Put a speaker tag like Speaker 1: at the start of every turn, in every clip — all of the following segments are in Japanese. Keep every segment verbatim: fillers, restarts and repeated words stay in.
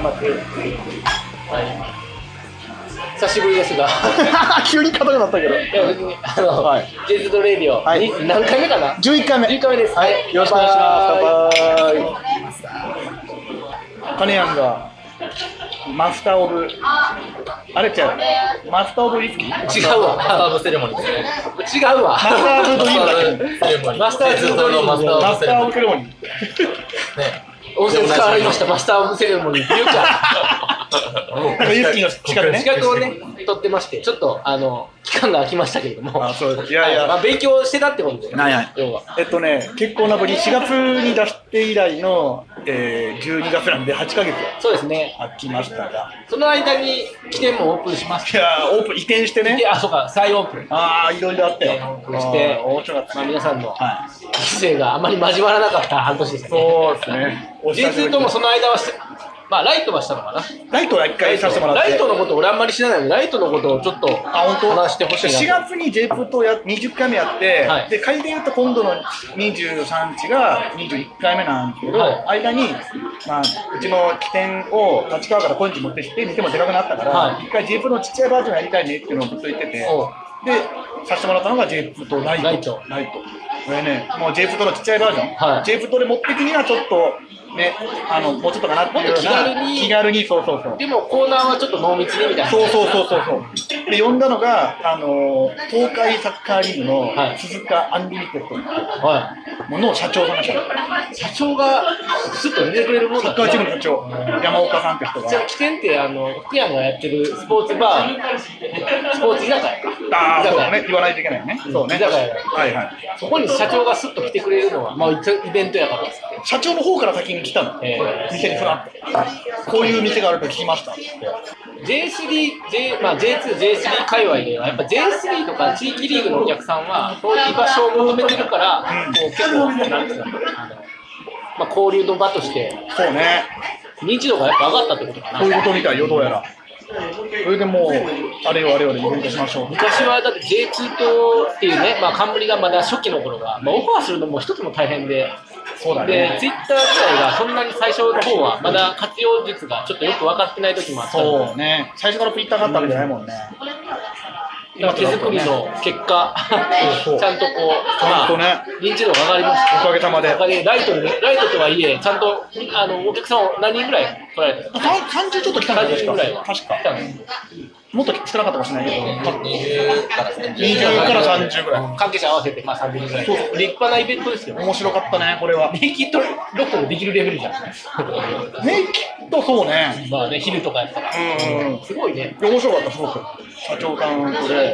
Speaker 1: ます。はい、久しぶりですが
Speaker 2: 急に硬くなったけど、
Speaker 1: いや別にあの、はい、ジェズドレディオ、はい、何回目かな？
Speaker 2: じゅういっかいめ。
Speaker 1: じゅういっかいめです。
Speaker 2: はい、よろしくお願いします。乾杯。カネヤンがマスターオブ、あれちゃう、マスターオブウイスキー？違
Speaker 1: うわ、
Speaker 3: マスターオブセレモニーですね。
Speaker 1: 違うわ。
Speaker 2: マスターオブドリームだけど。
Speaker 1: マスターオブドリーム、
Speaker 2: マスターオブセレモニー。ね。
Speaker 1: 温泉使われましたマスターオブセレモニーって言うか。
Speaker 2: なんかウイスキーの資格ね。
Speaker 1: 資格をね取ってまして、ちょっとあの期間が空きましたけれども。
Speaker 2: あ、そうです。いやいや、
Speaker 1: まあ勉強してたってことですよ。
Speaker 2: ないない。要は。えっとね、結構なぶりしがつに出して以来の、えー、じゅうにがつなんではちかげつ。
Speaker 1: そうですね。
Speaker 2: 空きましたが。
Speaker 1: その間に起点もオープンします。
Speaker 2: いやー、オープン移転してね。
Speaker 1: あ、そうか、再オープン。
Speaker 2: ああ、いろいろあったよ。
Speaker 1: オープンして、
Speaker 2: 面白かった。
Speaker 1: まあ皆さんの規制があまり交わらなかった半年でしたね。
Speaker 2: そうですね。
Speaker 1: ジェイツー ともその間はして、まあライトはしたのかな。
Speaker 2: ライトは一回させてもらって。
Speaker 1: ライトのこと俺あんまり知らないので、ライトのことをちょっと話してほしいな。
Speaker 2: しがつに ジェイプ とやにじゅっかいめやって、はい、で仮で言うと今度のにじゅうさんにちがにじゅういっかいめなんですけど、はい、間に、まあ、うちの起点を立川から高円寺持ってきて店もでかくなったから、はい、一回 ジェイプ のちっちゃいバージョンやりたいねっていうのをずっと言ってて、でさせてもらったのが ジェイプ とライト。
Speaker 1: ライト。
Speaker 2: ライトこれね、もう ジェイプ とのちっちゃいバージョン、はい、ジェイプ とで持っていくにはちょっとね、あのもうちょっとかなっていうような、気軽に、気軽に、そうそうそう。
Speaker 1: でもコーナーはちょっと濃密にみたいな。
Speaker 2: そうそうそうそうそう。で呼んだのがあの東海サッカーリーグの鈴鹿アンリミテッドのもの社長さんでした。
Speaker 1: 社長がスッと出てくれるものだった。
Speaker 2: サッカーチームの社長、山岡さんって人が。
Speaker 1: じゃあ起点ってあの福山がやってるスポーツバー、スポーツ居酒屋か。
Speaker 2: ああ、そうね、言わないといけないね。そうね。
Speaker 1: 居酒屋。
Speaker 2: はいはい。
Speaker 1: そこに社長がスッと来てくれるのはまあイベントやから。
Speaker 2: 社長の方から先に来たの。えー、店にフラッと。こういう店があると聞きました。ジ
Speaker 1: ェイスリー、J、まあ ジェイツー、ジェイスリー 界隈ではやっぱ ジェイスリー とか地域リーグのお客さんはそういう場所を求めてるから、うん、こう結構なんていうの、あのまあ交流の場として
Speaker 2: そうね。
Speaker 1: 認知度がやっぱ上がったってことかな。
Speaker 2: そういうことみたいよどうやら。それでもうあれよあれよでイベントしましょう。
Speaker 1: 昔はだって ジェイツー とっていうね、まあ冠がまだ初期の頃が、まあ、オファーするのも一つも大変で。
Speaker 2: そうだね、
Speaker 1: で、ツイッター自体がそんなに最初の方はまだ活用術がちょっとよく分かってない時もあったので、
Speaker 2: そうね、最初からツイッターがあったわけじゃないもんね。
Speaker 1: 今手作りの結果、
Speaker 2: そうそう
Speaker 1: ちゃんとこう、まあ、
Speaker 2: ね、
Speaker 1: 認知度が上がりました。
Speaker 2: おかげさまで。
Speaker 1: おかげライトで、ライトとはいえ、ちゃんとあのお客さんを何人ぐらい来られたの？
Speaker 2: さんじゅうちょっと来たんですか？
Speaker 1: ぐらいは
Speaker 2: 確か。もっと少なかったかもしれないけど、にじゅうからさんじゅうぐらい。
Speaker 1: 関係者合わせてまあさんじゅうぐらい。そう立派なイベントですよ。
Speaker 2: 面白かったね、これは。
Speaker 1: ネイキッドロックもできるレベルじゃん。
Speaker 2: ネイキッドそうね。
Speaker 1: まあね、昼とかやったら。うん。すごいね。
Speaker 2: 面白かった、すごく。社長さんとでやって。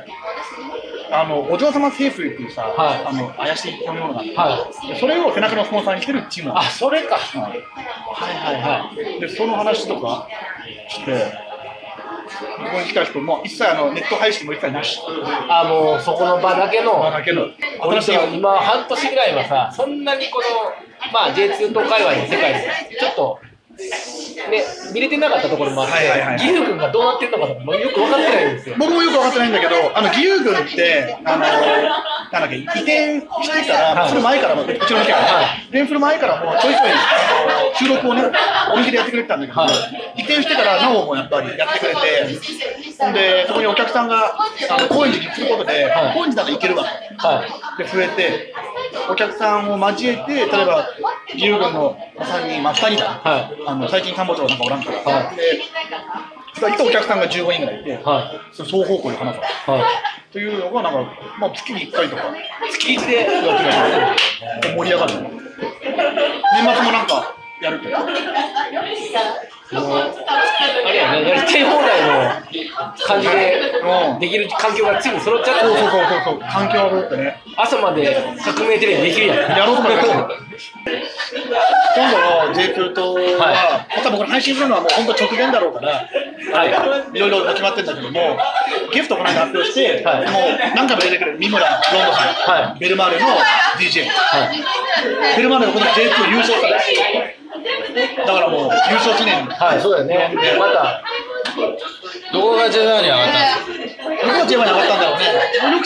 Speaker 2: あのお嬢様セーフっていうさ、はい、あの怪しい飲み物があって、はい、それを背中のスポンサーにしてるチームなんです。
Speaker 1: あ、それか。
Speaker 2: うん、
Speaker 1: はいはいはい。
Speaker 2: でその話とかして、ここに来た人も一切あのネット配信も一切なし。
Speaker 1: あ、もうそこの場だけの。
Speaker 2: 場だけの。
Speaker 1: 新しい今半年ぐらいはさ、そんなにこのまあ ジェイツー と界隈の世界でちょっと。ね、見れてなかったところもあって、義勇軍がどうなってるのかとかよく分かってないんですよ。
Speaker 2: 僕もよく分かってないんだけど、あの義勇軍ってあのなんだっけ移転してから、はい、その前からもうちの店から、はい、移転する前からもうちょいちょいあの収録をねお店でやってくれてたんだけど、はい、移転してからなおもやっぱりやってくれて、でそこにお客さんがあの高円寺に来ることで、はい、高円寺なら行けるわ、はい、で増えて。お客さんを交えて、例えば義勇軍のさんにん、まあ、ふたりだ、はい、あの最近官房長なんかおらんから、はい、でいたお客さんがじゅうごにんぐらいいて、はい、そ双方向に話す、はい、というのがなんか、まあ、月にいっかいとか月いちでやってる盛り上がるの。年末もなんかやるけど。
Speaker 1: もうあれやね、やりたい放題の感じでできる環境がチーム揃っちゃって、
Speaker 2: そうそうそうそう、環境が揃ってね、
Speaker 1: 朝まで革命テレビできるやん。
Speaker 2: やろうと思って今度の ジェイツー とは、はい、また僕配信するのはもう本当直前だろうから、はい、いろいろ決まってるんだけども、ゲストこの間発表して、はい、もう何回も出てくる三村ロンドさん、はい、ベルマーレの ディージェー、はい、ベルマーレのこの ジェイツー 優勝したらだからもう優勝記念に、
Speaker 1: はい、そうだよね。でまた
Speaker 3: どこが ジェイワン に上がったんですか。
Speaker 2: どこが ジェイワン に上がったんだろうね。よく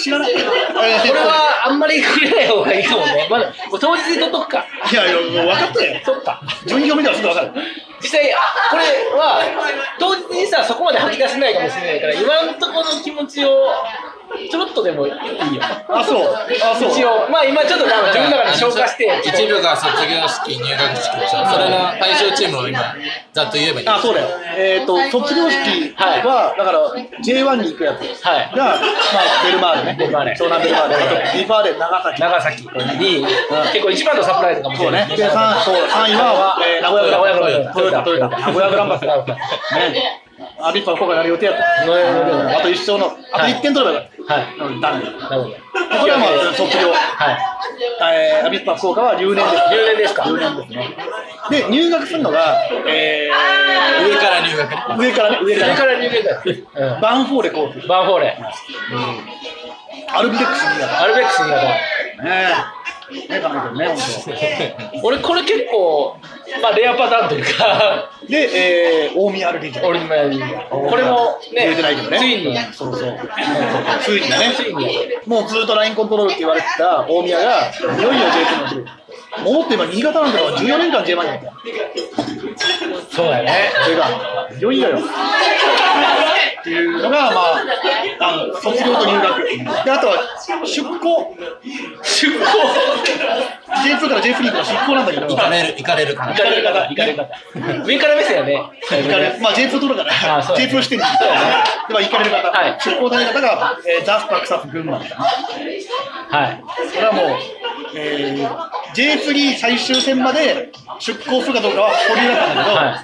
Speaker 2: 知らない。これ
Speaker 1: これはあんまり触れない方がいいかもね。まだもう当日に取っとくか。
Speaker 2: いやいや、もう分かったよ。
Speaker 1: そっか。
Speaker 2: 順位表見たらすぐ分かる。
Speaker 1: 実際これは当日にさそこまで吐き出せないかもしれないから今のところの気持ちをちょろっとでも言っていいよ。
Speaker 2: あ、そう。あ、そう。
Speaker 1: 一応まあ今ちょっと自分の中で消化して
Speaker 3: 一部が卒業式入学式でしょ。それの対象チームを今ざっと言えばいい。
Speaker 2: あ、そうだよ。えっと卒業式はだから ジェイワン に行くやつがまあベルマーレね。
Speaker 1: ベルマーレ。
Speaker 2: 湘南ベルマーレ。リファーレ長崎。
Speaker 1: 長崎に結構一番のサプライズかもしれない。
Speaker 2: そうね。で三そう三位は名古屋グランパス。トヨタトヨタ。名古屋グランパス。ね。アビッパの効果になる予定やった。あと一勝のあといってん取ればよかった。はい。ダメだ。これはまあ卒業。はい。アビッパ福岡は留年です。
Speaker 1: 留年ですか。
Speaker 2: 留年ですね。で入学するのがえ
Speaker 3: 上から入学。
Speaker 2: 上からね
Speaker 1: 上から入学だ。
Speaker 2: バンフォーレコース。
Speaker 1: バンフォーレ。
Speaker 2: アルビレックス新潟。
Speaker 1: アルビレックス新潟。
Speaker 2: ねえ。ねかなね
Speaker 1: 本当。俺これ結構まあレアパターンというか
Speaker 2: で、えー、大宮アルディージャ。
Speaker 1: 大宮アルディージャ。これもね
Speaker 2: 出てないけどね。
Speaker 1: ついに
Speaker 2: そうそう。ついにね。
Speaker 1: ついに
Speaker 2: もうずっとラインコントロールって言われてた大宮がいよいよ ジェイツー の走る。もっと今新潟なんだからじゅうよねんかん ジェイワン になった。
Speaker 1: そうだよね。
Speaker 2: それがいよいよよ。っていうのがまああの卒業と入学。であとは出向。出向。ジェイツー から ジェイスリー から出向なんだけど。
Speaker 3: 行かれる行かれるかな。
Speaker 1: 行かれる方行かれる方。上から目線やね。
Speaker 2: まあ ジェイツー 取るから ジェイツー してるんですよ。では行かれる方。出向される方がザスパクサス群馬です。
Speaker 1: はい。
Speaker 2: これはもう、えー、ジェイスリー 最終戦まで出向するかどうかは保留だったんだけど、はい、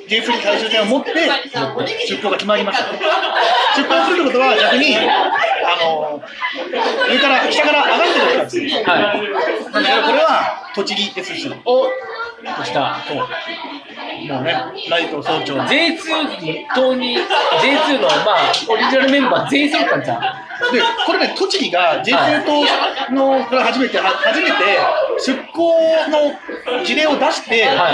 Speaker 2: ジェイスリー 最終戦を持って出向が決まりました。出向するってことは逆に、あのー、上から下から上がってくるわけですよ。はい。なんだけどこれは栃木 エスシー
Speaker 1: をとしたそう
Speaker 2: もうねライト早朝
Speaker 1: ジェイツー 等に ジェイツー のまあオリジナルメンバー全員揃ったんじゃん。
Speaker 2: でこれね栃木が ジェイツー 党のから初めて初めて出向の事例を出して、はい、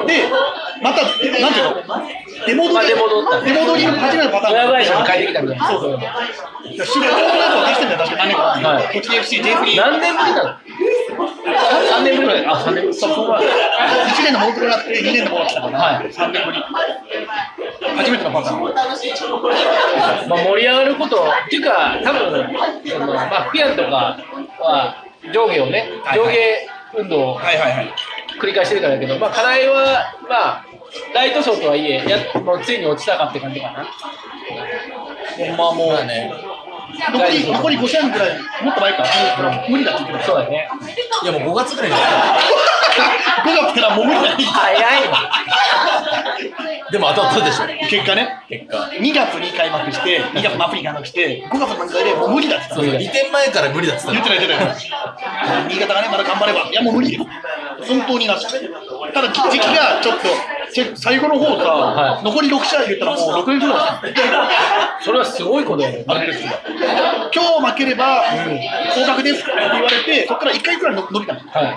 Speaker 2: でまたなんていうの出戻り、まあ、出戻りの初めてのパターン
Speaker 1: 親会社に変えてきたみたいな。
Speaker 2: そうそう。出向の後を出してんだよ確か何年か、はい、栃木 エフシー、ジェイスリー
Speaker 1: 何年ぶりなの？さんねんぶりぐらい。あ、さんねんぶり。そうそう。
Speaker 2: いちねんの戻りになってにねんの戻ってきたから、はい、さんねんぶり。初めてのパターン。
Speaker 1: まあ盛り上がることっていうか多分そのまあピアノとかは上下をね上下運動を繰り返してるからだけど、まあ課題はまあライトショーとはいえやもうついに落ちたかって感じかな。
Speaker 2: まあもうね。残り残りご試合くらいもっと前か無理だって言ってた。
Speaker 1: そうだね。
Speaker 3: いやもうごがつぐらいです
Speaker 2: ごがつからもう無理だ。
Speaker 1: 早い。
Speaker 3: でも当たったでしょ。
Speaker 2: 結果ね。結果。にがつに開幕してにがつのアプリ開幕してごがつの段階でもう無理だって言ってた。
Speaker 3: にてんまえから無理だって
Speaker 2: 言ってた言ってた。新潟がねまだ頑張ればいやもう無理よ。本当になし。ただ時期がちょっと最後の方さ、はい、残りろく試合で言ったらもうろくねんぐらい。
Speaker 1: それはすごいことだよね。
Speaker 2: 今日負ければ降格ですって言われて、そこからいっかいくらい伸びたの。はい、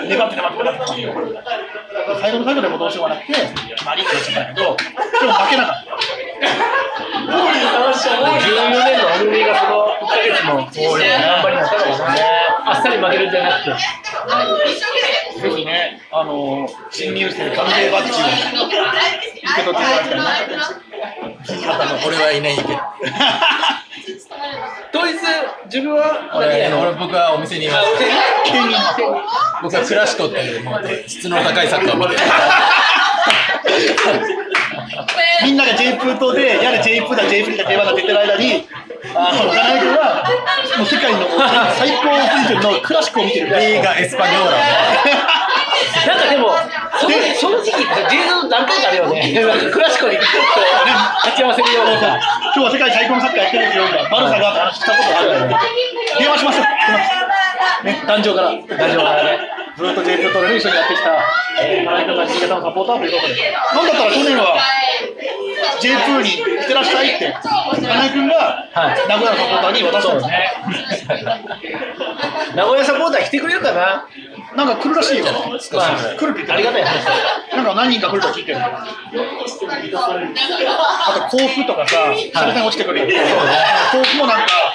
Speaker 2: 粘って粘って粘って。最後の最後でもどうしようがなくて決まりって言ってたけど、でも負けなかった。
Speaker 1: じゅうよねんのアルミがそのいっかげつの頑張りになったからね。あっさり負けるんじゃなくて。
Speaker 2: ぜひね、あのー、新入生歓迎バッジを受け取っていただきたいな。
Speaker 3: 俺はいないけど。
Speaker 1: 当日自分は
Speaker 3: 俺俺僕はお店にいます。僕はクラシコっていうもう質の高いサッカーを見てる。
Speaker 2: みんなが ジェイプー 党でやれ ジェイプー だ ジェイスリー だ ジェイワン だって言ってる間に、あの金井君はもう世界の最高水準のクラシコを見てる。
Speaker 3: リーガエスパニョーラ。
Speaker 1: なんかでも正直ジェイズの何回かあるよね。クラシコに勝ち合わせるようなさ。
Speaker 2: 今日は世界最高のサッカーやってるんですよみたいな。バルサがって話したことがあるからね。電話しましょう。ね、誕生から誕生からね。ずっと ジェイプー と一緒にやってきた金井君が新潟のサポーターということで。なんだったら去年は ジェイプー に来てらっしゃいって金井君が名古屋のサポーターに渡したんですね。
Speaker 1: 名古屋サポーター来てくれるかな。
Speaker 2: なんか来るらしいよ。まあ、来るって言って
Speaker 1: ありがたい話。
Speaker 2: なんか何人か来ると聞いてる。あと甲府とかさ、久々に落ちてくるよ。甲府もなんか、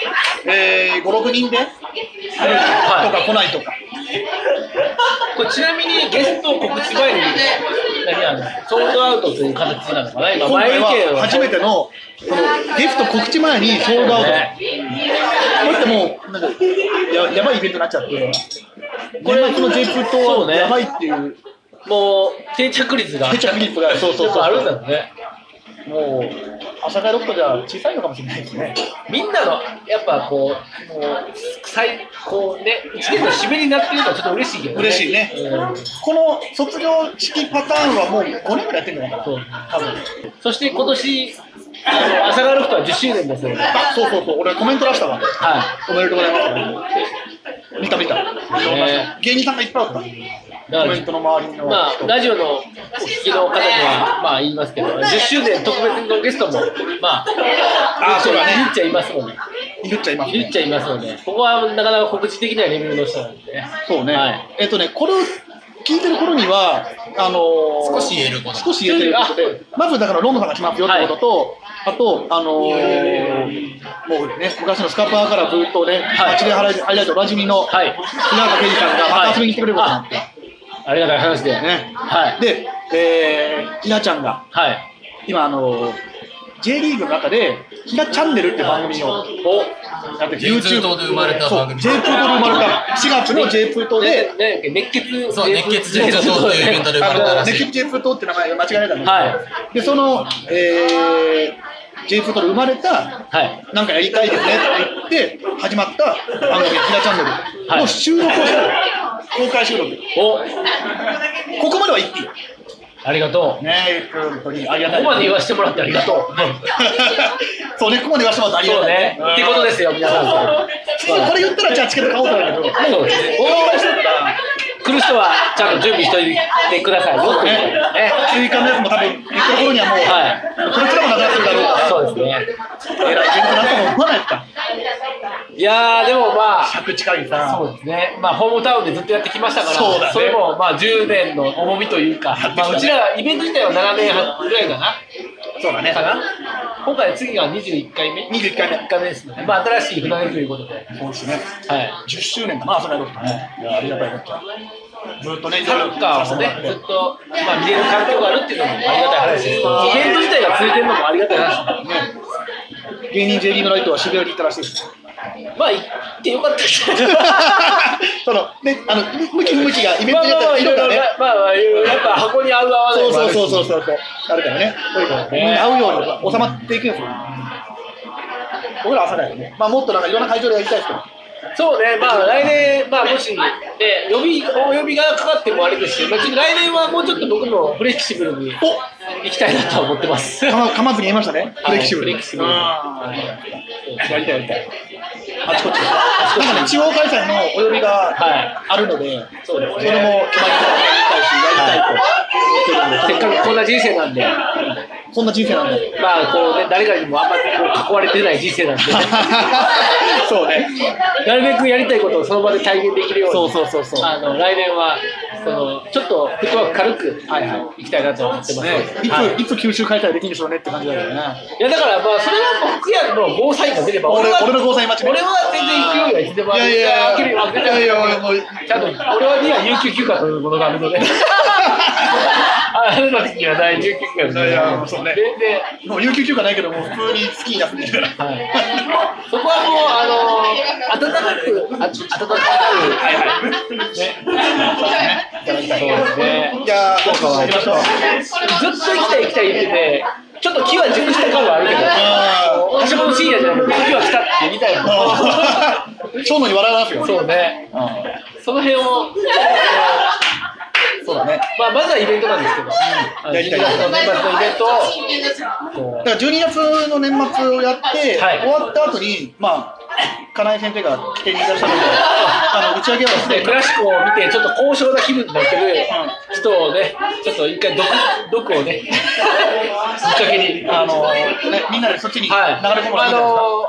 Speaker 2: えー、ご、ろくにんで来るとか来ないとか。
Speaker 1: これちなみにゲスト告知前に何あのソールドアウトという形なのかな。今
Speaker 2: 今回
Speaker 1: 前意見を
Speaker 2: は初めてのこのゲスト告知前にソールドアウト。これってもうなんかややばいイベントになっちゃって、これこの J プートはやばいっていう、
Speaker 1: もう定着率が
Speaker 2: 定着率がそうそうそう
Speaker 1: あるんだろうね。
Speaker 2: もう朝会ロフトじゃ小さいのかもしれないですね。
Speaker 1: みんなのやっぱこうもう最こうね一年の締めになってるのはちょっと嬉しいけどね。
Speaker 2: 嬉しいね。
Speaker 1: うん、
Speaker 2: この卒業式パターンはもうごねんぐらいやってるのかな。そう多分。
Speaker 1: そして今年あの朝会ロフトはじゅっしゅうねんですよね。
Speaker 2: あ、そうそうそう。俺コメント出したわ。
Speaker 1: はい。
Speaker 2: おめでとうございます。見た見た。
Speaker 1: ね、
Speaker 2: 芸人さんがいっぱいあった。コメントの周りの、
Speaker 1: まあ、ラジオのお聞きの方には、まあ、言いますけど、じゅっしゅうねん特別のゲストも、まあ、
Speaker 2: あそうだね、
Speaker 1: いるっちゃいますので、
Speaker 2: いるっちゃいます、ね、
Speaker 1: いるっちゃいますので、ここはなかなか告知的なレベルの人なんで、
Speaker 2: そうね、
Speaker 1: はい、
Speaker 2: えっとね、これを聞いてる頃には、あのー、
Speaker 3: 少し言えること、
Speaker 2: 少し言えてることで、まずだからロンドンさんが来ますよってことと、はい、あと、あのー、もうね、昔のスカパーからずっとね、
Speaker 1: はい、
Speaker 2: 街でハイライトおなじみの日向啓二さんがまた遊びに来てくれることになって。はい、
Speaker 1: ありがたい話で、
Speaker 2: ね、
Speaker 1: はい、
Speaker 2: で、えー、ひなちゃんが、はい、今、あのー、J リーグの中で、ひなチャンネルって番組を、
Speaker 3: やって J プートで生まれた番組。
Speaker 2: J プートで生まれた、しがつの J プートで、
Speaker 1: ね、熱血、
Speaker 3: そう、熱血 J プートっていうイベントで生まれたらしい。
Speaker 2: 熱血 J プートって名前が間違えたんですけど、はい、で、その、えー、J プートで生まれた、はい、なんかやりたいですねって言って、始まった番組、ひなチャンネルの収録をした、公開収録。おここまでは言っていい。
Speaker 1: ありがとう。
Speaker 2: ねえ、本当にありがたい。
Speaker 1: ここまで言わせてもらってありがとう。
Speaker 2: そうね、ここまで言わせてもらってありがたい。
Speaker 1: そうね。ってことですよ、皆さん。
Speaker 2: これ言ったらじゃあチケット買おうとだけど。
Speaker 1: そうですね。来る人はちゃんと準備しておいてくださいよ。
Speaker 2: ね。追加のやつも多分言ってる頃にはもう、はい、これすらもなくなってるだろうから。
Speaker 1: そうですね。
Speaker 2: えらいイベントなんとも思わないですか。
Speaker 1: いやーでもまあ
Speaker 2: ひゃく近いさ。
Speaker 1: そうですね。まあホームタウンでずっとやってきましたから。
Speaker 2: そうだね。
Speaker 1: それもまあじゅうねんの重みというか、まあうちらイベント自体はななねんはんぐらいかな。
Speaker 2: そうだね。
Speaker 1: かな。今回次がにじゅういっかいめ。
Speaker 2: にじゅういっかいめ。
Speaker 1: いっかいめですね。まあ新しい船出ということで。
Speaker 2: そうですね。
Speaker 1: はい。
Speaker 2: じゅっしゅうねんかな、それはどうかね。いやありがたいこと。ずっとね、
Speaker 1: サッカーもね、ずっと、まあ、見れる環境があるっていうのもありがたい話ですけど、イベント自体が続いてるのもありがたい話ですね。
Speaker 2: 芸人 J リーグのライトは渋谷に行ったらしいです。
Speaker 1: まあ、行ってよかったです
Speaker 2: そのね、あの向き不向きがイベントでやったら色がね、
Speaker 1: まあまあ、やっぱ箱に合う合わないもあるし、
Speaker 2: そうそうそうそうそう、あるからね、合うように収まっていくんですよ。僕ら朝だよね。まあもっとなんかいろんな会場でやりたいですけど。
Speaker 1: そうね、まあ来年、まあもし、ね、呼び、お呼びがかかってもあれですし、まあ、ちょっと来年はもうちょっと僕もフレキシブルに行きたいなと思ってます。
Speaker 2: かまずに言いましたね、フレキシブル。
Speaker 1: フレキシブル。やりたいやりたい。
Speaker 2: あちこち。なんかね、地方開催のお呼びがあるので、はい、そうですね、それも決まりたいし、やりたいと思ってるんで、
Speaker 1: せっかくこんな人生なんで。
Speaker 2: こんな人生なんで。
Speaker 1: まあこうね、誰かにもあんまり囲われてない人生なんで。
Speaker 2: そうね。
Speaker 1: なるべくやりたいことをその場で体現できるように。
Speaker 2: そうそうそうそう。
Speaker 1: あの来年はそのちょっとフットワーク軽く行きたいなと思ってます。ね、
Speaker 2: いつ、はい、いつ九州開催できるんでしょうねって感じだよね。い
Speaker 1: やだからまあそれは僕やのゴーサインが出れば
Speaker 2: 俺は俺のゴーサイン待ちね。
Speaker 1: 俺は全然行くよりはいつでもある。
Speaker 2: いやいやいやいやいやもう
Speaker 1: ちゃんと俺はには有給休暇というものがあるので。あるの時にはない有給休暇。
Speaker 2: いやそうね。
Speaker 1: で
Speaker 2: もう有給休暇ないけどもう普通にスキー休んでるから。はい。
Speaker 1: そこはもうあの暖かく暖かくはいはいね。そうですね。
Speaker 2: いやー、そうか、行きましょう。
Speaker 1: ずっと行きたい行きたい言ってて、ちょっと気は熟した感はあるけど、橋本真也じゃなくて時は来たって言いたいの。
Speaker 2: 蝶野に笑わなくて。
Speaker 1: そうね。その辺を。
Speaker 2: そうだね。
Speaker 1: まあまずはイベントなんですけど、
Speaker 2: やりたい。
Speaker 1: じゅうにがつの年末のイベントを。
Speaker 2: だからじゅうにがつの年末をやって終わった後にまあ。金井先生が来ていらっしゃるので、あの打ち上げはですね、
Speaker 1: クラシコを見てちょっと高尚な気分になってる人をね、ちょっと一回毒毒をね、きっかけに
Speaker 2: あのねみんなでそっちに流れ込むのがいいんじゃないですか。
Speaker 1: あの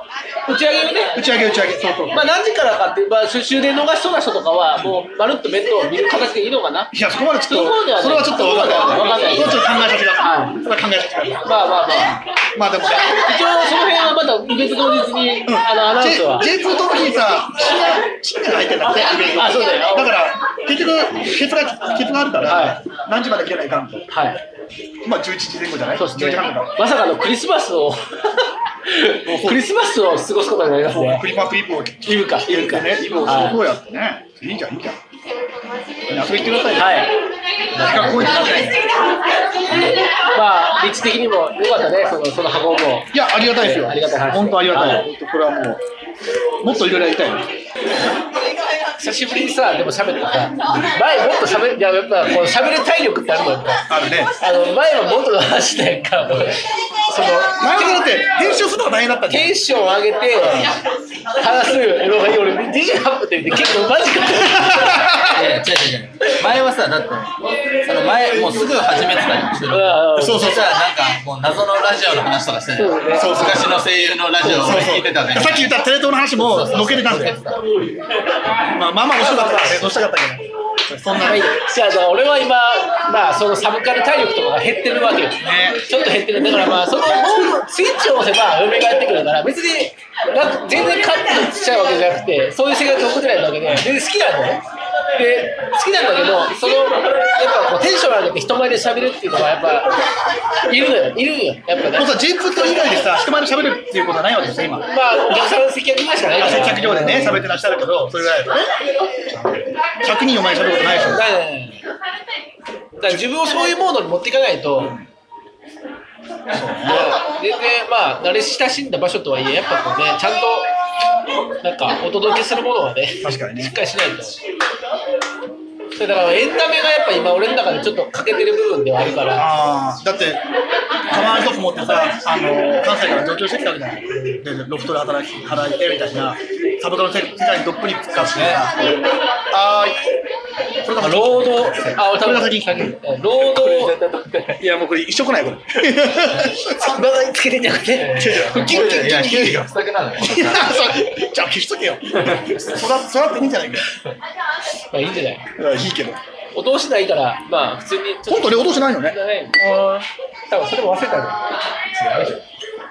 Speaker 1: 打ち上げをね、
Speaker 2: 打ち上げ打ち上げ、そうそう。
Speaker 1: まあ何時からかって、まあ終電逃しそうな人とかはもうまるっと弁当を見る形でいいのかな。
Speaker 2: いやそこまでちょっと、
Speaker 1: そこまではね
Speaker 2: それはちょっと分かんない。
Speaker 1: 分かんない。
Speaker 2: それはちょっと考えさせてくださ
Speaker 1: はい
Speaker 2: い。それは考えさせてください。
Speaker 1: まあまあまあ。
Speaker 2: まあでもね、
Speaker 1: 一応その辺はまたイベント当日に、
Speaker 2: うん、
Speaker 1: あのアナウンスは。
Speaker 2: ジェイツー の時にさ、深夜深夜入ってんだってイベント。
Speaker 1: あ、そうだよ。
Speaker 2: だから結局ケツがケツがあるから、
Speaker 1: はい、
Speaker 2: 何時まで来ないかんと。
Speaker 1: はい。
Speaker 2: まあじゅういちじぜん後じゃない？
Speaker 1: そうですね。
Speaker 2: じゅうじはんとか。
Speaker 1: まさかのクリスマスをクリスマスを過ごすことになりますね。
Speaker 2: クリマプリプを
Speaker 1: イブかイブか
Speaker 2: ね、イブを過ごそうやってね。いいじゃんいいじゃん。遊びに来てくださいよ。
Speaker 1: はい。
Speaker 2: 企画公演じゃない。
Speaker 1: まあ立地的にも良かったね、そのその箱も。
Speaker 2: いやありがたいですよ。
Speaker 1: ありがたい話。
Speaker 2: 本当ありがたい。
Speaker 1: はい、
Speaker 2: 本当これはもうもっといろいろやりたいよ。
Speaker 1: 久しぶりにさ、でも喋ったさ、前もっと喋る、いややっぱこう喋る体力ってあるもんやっぱ。
Speaker 2: あるね。
Speaker 1: あの前はもっと話したやんか。その
Speaker 2: 前はだって編集するのが大変だったん
Speaker 1: テンション上げて話すのが俺にじゅうはっぷんって言って結構マジか。
Speaker 3: いや違う違う違う。前はさだってその前もうすぐ始めてたよ収録。
Speaker 2: そうそうそう。
Speaker 3: そしたらなんかもう謎のラジオの話とかしてたよ。そう昔の声優のラジオを聞いてたね。
Speaker 2: さっき言ったテレ東の話ものけてたんだよ。まあまあまあ面白かったからね、どうしたかったけど。そんな。
Speaker 1: じゃあ俺は今まあそのサブカル体力とかが減ってるわけよ。ね。ちょっと減ってる。だからまあそのモードスイッチを押せば嫁がやってくるから別に全然カットしちゃうわけじゃなくてそういう生活を送ってないだけで全然好きなんだよね。で好きなんだけどそのやっぱこうテンション上げて人前で喋るっていうのはやっぱいるのよいるんよやっぱね。
Speaker 2: もうさ ジェイツー 以外でさ人前で喋るっていうことはないわけですよ今。ま
Speaker 1: あお客さんの接客ぐらいしかないから。
Speaker 2: 接客業でね喋ってらっしゃるけどそれぐらいだとね。ひゃくにんお前に喋ることないでしょ。
Speaker 1: だから自分をそういうモードに持っていかないと。そうね、全然まあ慣れ親しんだ場所とはいえやっぱこうねちゃんとなんかお届けするものはね
Speaker 2: 確かにね
Speaker 1: しっかりしないと。それだからエンタメがやっぱ今俺の中でちょっと欠けてる部分ではあるから。
Speaker 2: あだってカバン一つ持ってさあの関西から上京してきたわけじゃない。でロフトで働き働いてみたいなサブカルの世界にどっぷり使ってさ、ね、あーこれが
Speaker 1: 労働あ俺
Speaker 2: これが先に
Speaker 1: 労働
Speaker 2: いやもうこれ一緒来ないこれ
Speaker 1: まだつけてんじゃなくて
Speaker 3: 腹筋いや筋肉が不作なのよ。
Speaker 2: じゃあ消しとけよ育っていいんじゃないか。
Speaker 1: まあいいんじゃない
Speaker 2: いいけど
Speaker 1: お通しないからまあ普通に
Speaker 2: 本当にお通しないのね。
Speaker 1: 多分それも忘れたの違うでしょ。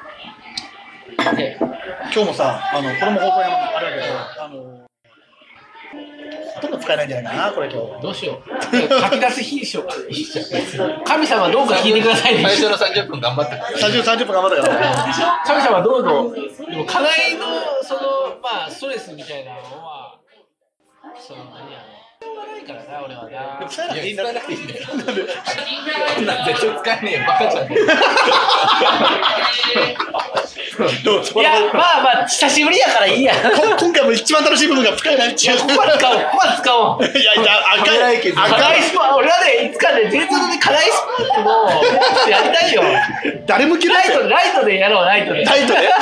Speaker 2: 今日もさあのこれも放送やあれだけどあのほとんど使えないんじゃないかなこれ今日。
Speaker 1: どうしよう書き出す日にしようか。神様どうか聞いてくださいね。
Speaker 3: 最初のさんじゅっぷん頑張って
Speaker 2: さんじゅう、さんじゅっぷん頑張ったから
Speaker 1: 神様どうぞ。でも課題のそのまあストレスみたいなのはその何やろないからな俺はな。
Speaker 2: でも使えなくていいんだ。
Speaker 3: 使えなくていいんだよ。こんなん絶対使えねえよバカじゃん。
Speaker 1: いやまあまあ久しぶりやからいいや。
Speaker 2: 今回も一番楽しい部分が使えないっていう。
Speaker 1: ここは使おうここは使おう。い
Speaker 2: やいや赤い
Speaker 1: 赤いスポーツ俺はねいつかねジェイツーで課題スポーツもやりたいよ。
Speaker 2: 誰向き
Speaker 1: ライトライトでやろうライトで。
Speaker 2: ライトで。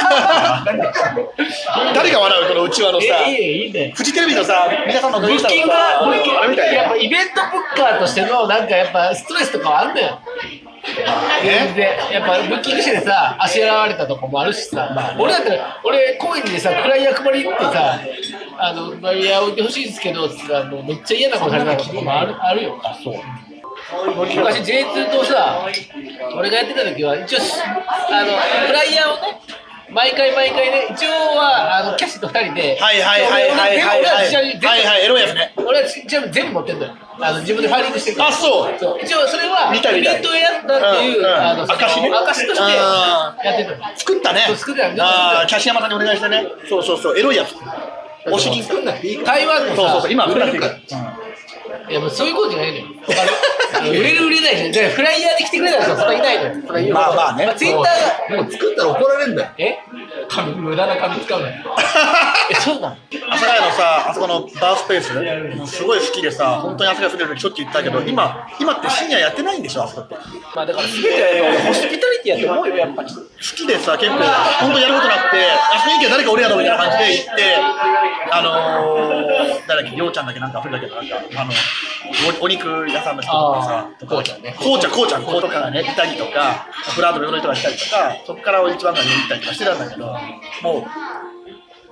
Speaker 2: 誰が笑うこのうちわのさ。
Speaker 1: いいいいね。
Speaker 2: フジテレビのさ皆さんの
Speaker 1: ブッキングがブッキングやっぱイベントブッカーとしてのなんかやっぱストレスとかはあんのよ。全然やっぱブッキングしてさあしらわれたとこもあるしさ、まあ、俺だって俺高円寺でさ暗い役割ってさあのバリア置いてほしいんですけどってさもうめっちゃ嫌なことされたこともあるあるよ。あそう昔 ジェイツー とさ俺がやってた時は一応あのフライヤーをね毎回毎回ね一応はあのキャッシュとふたりで
Speaker 2: はいはいはいはいはいはいはいエロいやつね。
Speaker 1: 俺はちなみに全部持ってんだよ。あの自分でファイリングしてるから。
Speaker 2: あそう。
Speaker 1: そう一応それはイベントをやったっていうあの証ね証としてやってた。
Speaker 2: 作ったね。
Speaker 1: 作ったね。
Speaker 2: ああキャシヤマさんにお願いしてね。そうそうそうエロいやつ。お尻作んなくていい。
Speaker 1: 台湾のさ
Speaker 2: そうそうそう今売れるから。
Speaker 1: いやもうそういうことじゃないのよ。売れる売れないじゃん。フライヤーで来てくれたらそんないないのよ。
Speaker 2: まあまあね。
Speaker 1: ツイッターが
Speaker 3: もう作ったら怒られるんだよ。
Speaker 1: え？紙無駄な紙使うのよ。えそうなの？
Speaker 2: 阿佐ヶ谷のさあそこのバースペースもうすごい好きでさ本当に阿佐ヶ谷住んでる時しょっちゅう言ったけど今今って深夜やってないんでしょあそこって。
Speaker 1: まあだから全てはホスピタリティやと思うよやっぱり。
Speaker 2: 好きでさ結構本当やることなくてあそこに行けば誰か俺やろうみたいな感じで行ってあのー、誰だっけりょうちゃんだっけなんか忘れたけどなんかあのお, お肉屋さんの人とかさ
Speaker 1: こうちゃんね
Speaker 2: こうちゃんこうちゃんこうとかがねいたりとかブラードの人がいたりとかそこから一番が見たりとかしてたんだけどもう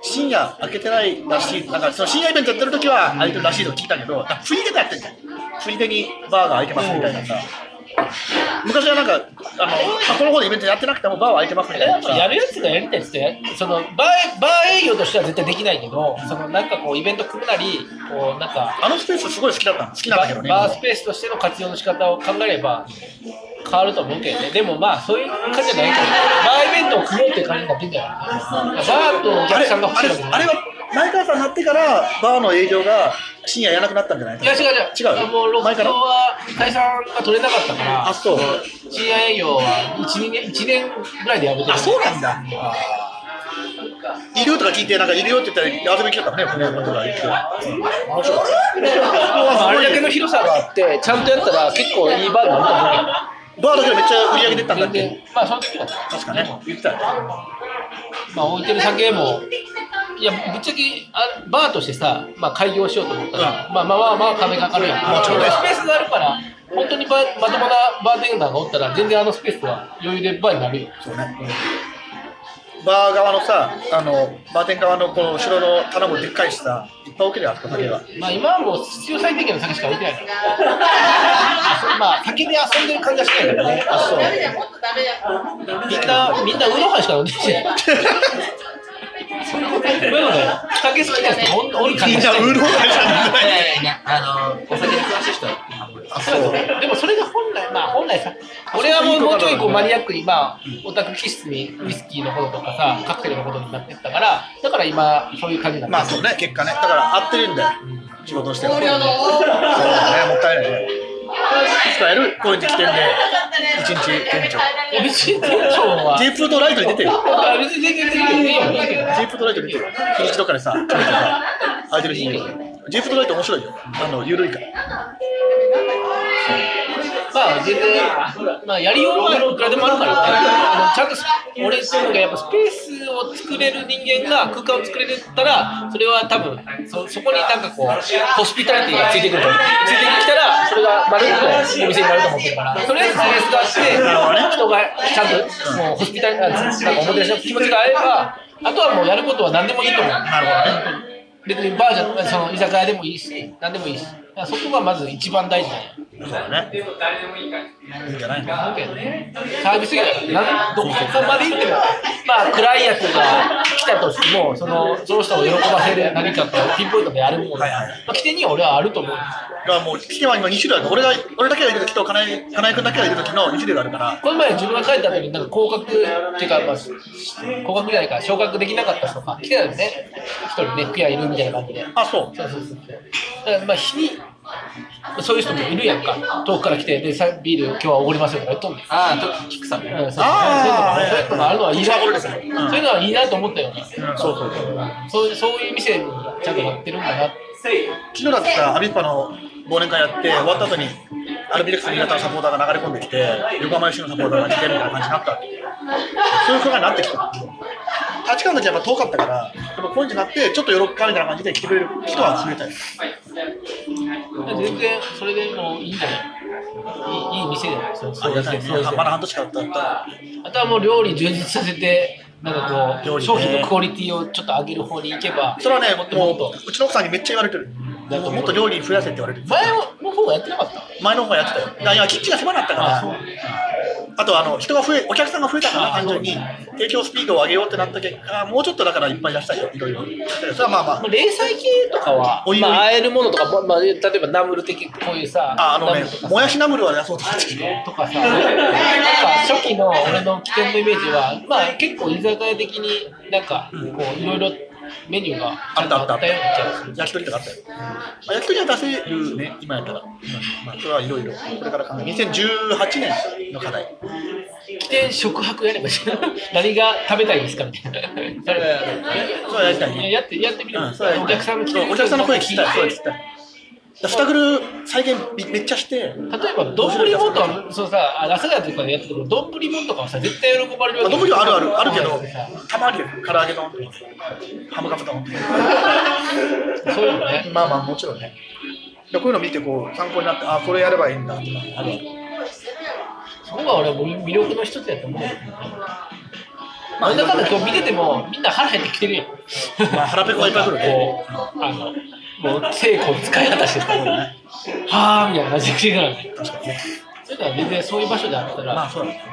Speaker 2: 深夜開けてないらしい、なんかその深夜イベントやってる時は開いてるらしいと聞いたけど、振り手でやってんじゃん。振り手にバーが開いてますみたいなさ。昔はなんか、あの、箱の方でイベントやってなくてもバーは開いてますみたいなさ。
Speaker 1: やるやつがやりたいっつって、そのバー、バー営業としては絶対できないけど、そのなんかこうイベント組むなり、こうなんか、
Speaker 2: あのスペースすごい好きだったの、好きなんだけどね。
Speaker 1: バースペースとしての活用の仕方を考えれば変わると思うけどね。でもまあそういう感じじゃないけど、バーイベントを組もうっていう感じになってんじゃない。バーとお客さんが欲しいわけじゃない。
Speaker 2: あれは前川さんになってからバーの営業が深夜やらなくなったんじゃない？
Speaker 1: いや違う違う。
Speaker 2: 違う。
Speaker 1: もうロフトは採算が取れなかったから、
Speaker 2: あ、そう。
Speaker 1: 深夜営業はいちねん、いちねんぐらいでやめてる。
Speaker 2: あ、そうなんだ。いるとか聞いて、なんかいるよって言ったら遊びに来たからね、船とか言って。面白い。
Speaker 1: あれだけの広さがあって、ちゃんとやったら結構いいバーになると思うけど。
Speaker 2: バーだけでめっちゃ売り上げ出たんだっけ？
Speaker 1: まあその時は
Speaker 2: 確かね、言ってたよ。
Speaker 1: まあ置いてる酒も、いやぶっちゃけあバーとしてさ、まあ開業しようと思ったら、うん、まあまあまあまあ壁かかるやん。もちろんね。スペースがあるから、本当にバまともなバーテンダーがおったら全然あのスペースは余裕でバーになるよ。
Speaker 2: そうね。うんバー側のさ、あのバーテン側のこの後ろの棚もでっかいしさ、いっぱい置けるよ、あそこ酒が。
Speaker 1: まあ今はもう必要最低限の酒しか置いてないから。まあ酒で遊んでる感じはしないからね。あ、そう。みんなみんなウーロンハイしか飲んでない。そういうのね、酒好きな人おる感じ。
Speaker 2: みんなウーロンハイしか飲んでない。
Speaker 3: いやあのお酒に詳しい人は。
Speaker 1: あ、そう。でもそれが本来、まあ本来さ、俺はもうもうちょいこうマニアックに、まあオタク気質にウイスキーのこととかさ、カクテルのことになってったから、だから今そういう感じになってる。
Speaker 2: まあそうね、結果ね、だから合ってるんだよ、仕事をしてる。そうだね、もったいないね。使える高円寺起点で一日店長。
Speaker 1: 一日店長は。
Speaker 2: ジェイプロとライトに出てる。
Speaker 1: あ、別に全然全然いいよ。
Speaker 2: ジェイプロとライトに出てる。日にちとかでさ、ちょっとさ、空いてる日に。ジェイプロとライト面白いよ。あの緩いから。
Speaker 1: まあ全然、まあやりようはいくらでもあるからね。あのちゃんと俺っていうのがやっぱスペースを作れる人間が空間を作れたら、それは多分 そ, そこになんかこうホスピタリティがついてくるとついてきたら、それがまるっとお店になると思ってるから、とりあえずスペースがあって人がちゃんともうホスピタリティなんかおもてなしの気持ちがあれば、あとはもうやることは何でもいいと思う。なるほどね。別にバーじゃその居酒屋でもいいし、何でもいいし、そこがまず一番大事なんや。
Speaker 2: そうだね。いいんじゃないの？
Speaker 1: サービス業だからどこかまで行っても、まあクライアントが来たとしても、そのその人を喜ばせる何かとピンポイントでやるもの、はいはい、まあ、起点には俺はあると思うんです
Speaker 2: よ。もう起点は今に種類ある。俺が俺だけがいる時と金井金井君だけがいる時のに種類があるから。
Speaker 1: この前自分が帰った時になんか降格っていうか、まあ、降格じゃないか昇格できなかった人が来てたよね。一人ね、ピアいるみたいな感じで。
Speaker 2: あ、そう。
Speaker 1: そうそうそう。だからまあ日にそういう人もいるやんか。遠くから来てでさビール今日はおごりますよとか言っとんねん。
Speaker 3: ああ、キックさんね。
Speaker 1: うん、そうそういうのがあるのはいいな。そういうのはいいなと思ったよね。そうそうそう。そうそういう店にちゃんとなってるんだな。
Speaker 2: 昨日だってさ、アビスパの忘年会やって終わった後にアルビレックス新潟のサポーターが流れ込んできて、横浜 エフシー のサポーターが来てみたいな感じになったわけ。そういう風になってきた。立川の時はやっぱ遠かったから、やっぱこういう風になってちょっと喜ぶみたいな感じで来てくれる人は増えたよ。
Speaker 1: 全然それでもいいんじゃない？いい、いい店じゃない？そうそうですね。
Speaker 2: まだ半年間だったら。
Speaker 1: あとはもう料理充実させて。なんかこう商品のクオリティをちょっと上げる方に行けば、
Speaker 2: それはね、もっともっとうちの奥さんにめっちゃ言われてる。も, もっと料理増やせって言われてる。
Speaker 1: 前の方がやってなかった？
Speaker 2: 前の方がやってたよ。いやいやキッチンが狭かったから。あ, あとあの人が増え、お客さんが増えたから単純に提供スピードを上げようってなった結果、もうちょっとだからいっぱい出したいよ。いろいろ。それはまあまあ。
Speaker 1: 零細系とかは、おいおいまあ和えるものとか、まあ例えばナムル的こういうさ、
Speaker 2: ああのね、もやしナムルは出そうと思ってる
Speaker 1: とかさ、なんか初期の俺の起点のイメージは、まあ結構居酒屋的になんかこういろいろメニューが
Speaker 2: あったあったあった。
Speaker 1: ような気がする。
Speaker 2: 焼き鳥とかあったよ。まあ、焼き鳥は出せるね、今やったら。うん、まあそれはいろいろ。これから考え。にせんじゅうはちねんの課題。
Speaker 1: 起点宿泊やればいい。何が食べたいですかみたいな。それはやる。
Speaker 2: それはやりたいね。
Speaker 1: やってやってみる。
Speaker 2: うん、
Speaker 1: お客さんの来てる。
Speaker 2: お客さんの声聞きたい。そう聞きたい。スタグル再現めっちゃして、例え
Speaker 1: ば丼もんとかそうさ、朝霞とかでやってるけど丼もんとかはさ絶対喜ばれるわけ。
Speaker 2: 丼はあるあるあるけど、たまに唐揚げ丼、ハムカツ丼。
Speaker 1: そういうのね。
Speaker 2: まあまあもちろんね。こういうの見てこう参考になって、あこれやればいいんだとかある。
Speaker 1: そこが俺は魅力の一つやと思う。 まあ、なんだかんだ今日見てても、みんな腹減ってきてるよ。
Speaker 2: まあ、腹ペコがいっぱい来るね。
Speaker 1: こう、あの、もう、稽古使い果たしてたもんね。はぁーみたいな感じで来てるからね。
Speaker 2: 確かにね。
Speaker 1: それから全然そういう場所であったら、
Speaker 2: まあ、そうだね。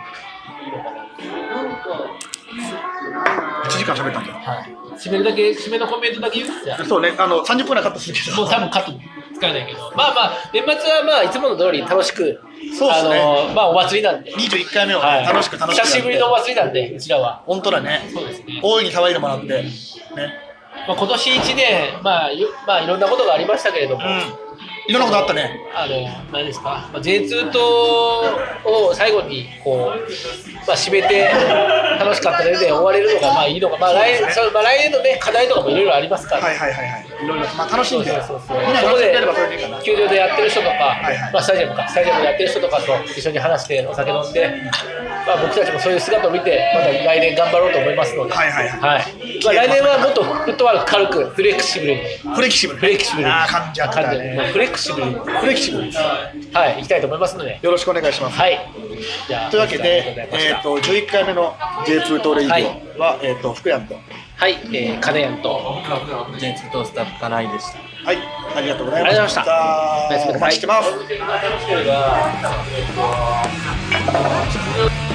Speaker 2: いちじかん喋ったんじゃん。
Speaker 1: はい。締めるだけ、締めのコメントだけ言うじゃん。
Speaker 2: そうね、あのさんじゅっぷんぐらいカットするけど。
Speaker 1: もう多分カット使えないけど、まあまあ、年末はまあ、いつもの通り楽しく、
Speaker 2: そうっすね
Speaker 1: あの、まあ、お祭りなんで。
Speaker 2: にじゅういっかいめを
Speaker 1: はい
Speaker 2: 楽しく楽しくやって。
Speaker 1: 久しぶりのお祭りなんで、うちらは。
Speaker 2: 本当だね。
Speaker 1: そうですね。
Speaker 2: 大いに騒いでもらって。ね。
Speaker 1: まあ、今年いちねん、まあ、よまあ、いろんなことがありましたけれども、
Speaker 2: うん。いろんなことあったね。
Speaker 1: あの、何ですか、まあ、ジェイツー とを最後にこう、まあ、締めて楽しかったねで終われるのがまあいいのか、まあ来年、そうまあ、来年のね課題とかもいろいろありますから、
Speaker 2: はいはいはいはい。いろいろまあ楽しんで。
Speaker 1: そうそうそう
Speaker 2: みんな
Speaker 1: そこで
Speaker 2: 楽しんでやればそれでいいかな。
Speaker 1: 球場でやってる人とか、
Speaker 2: いはい
Speaker 1: まあ、スタジアムかスタジアムでやってる人とかと一緒に話してお酒飲んで、まあ、僕たちもそういう姿を見てまた来年頑張ろうと思いますので、
Speaker 2: はいはいはい
Speaker 1: はいまあ、来年はもっとフットワーク軽くフレキシブルに
Speaker 2: フレキシブル。
Speaker 1: フレキシブルに
Speaker 2: ああ、噛んじゃった
Speaker 1: 感じ
Speaker 2: ね。
Speaker 1: でフレキシブルに
Speaker 2: フレキシブル。
Speaker 1: はい行きたいと思いますので、
Speaker 2: よろしくお願いします。
Speaker 1: はいじゃあ
Speaker 2: というわけで、
Speaker 1: ありがとうございました
Speaker 2: えっとじゅういっかいめの ジェイツー トレイディオはえっと福山と。
Speaker 1: はい、えー、金谷と
Speaker 3: ジェイツーとスタッフかないでした。
Speaker 2: はい、ありがとうございま
Speaker 1: ありがとうございまし
Speaker 2: したた。
Speaker 1: おやすみなさい
Speaker 2: お待ちしてます。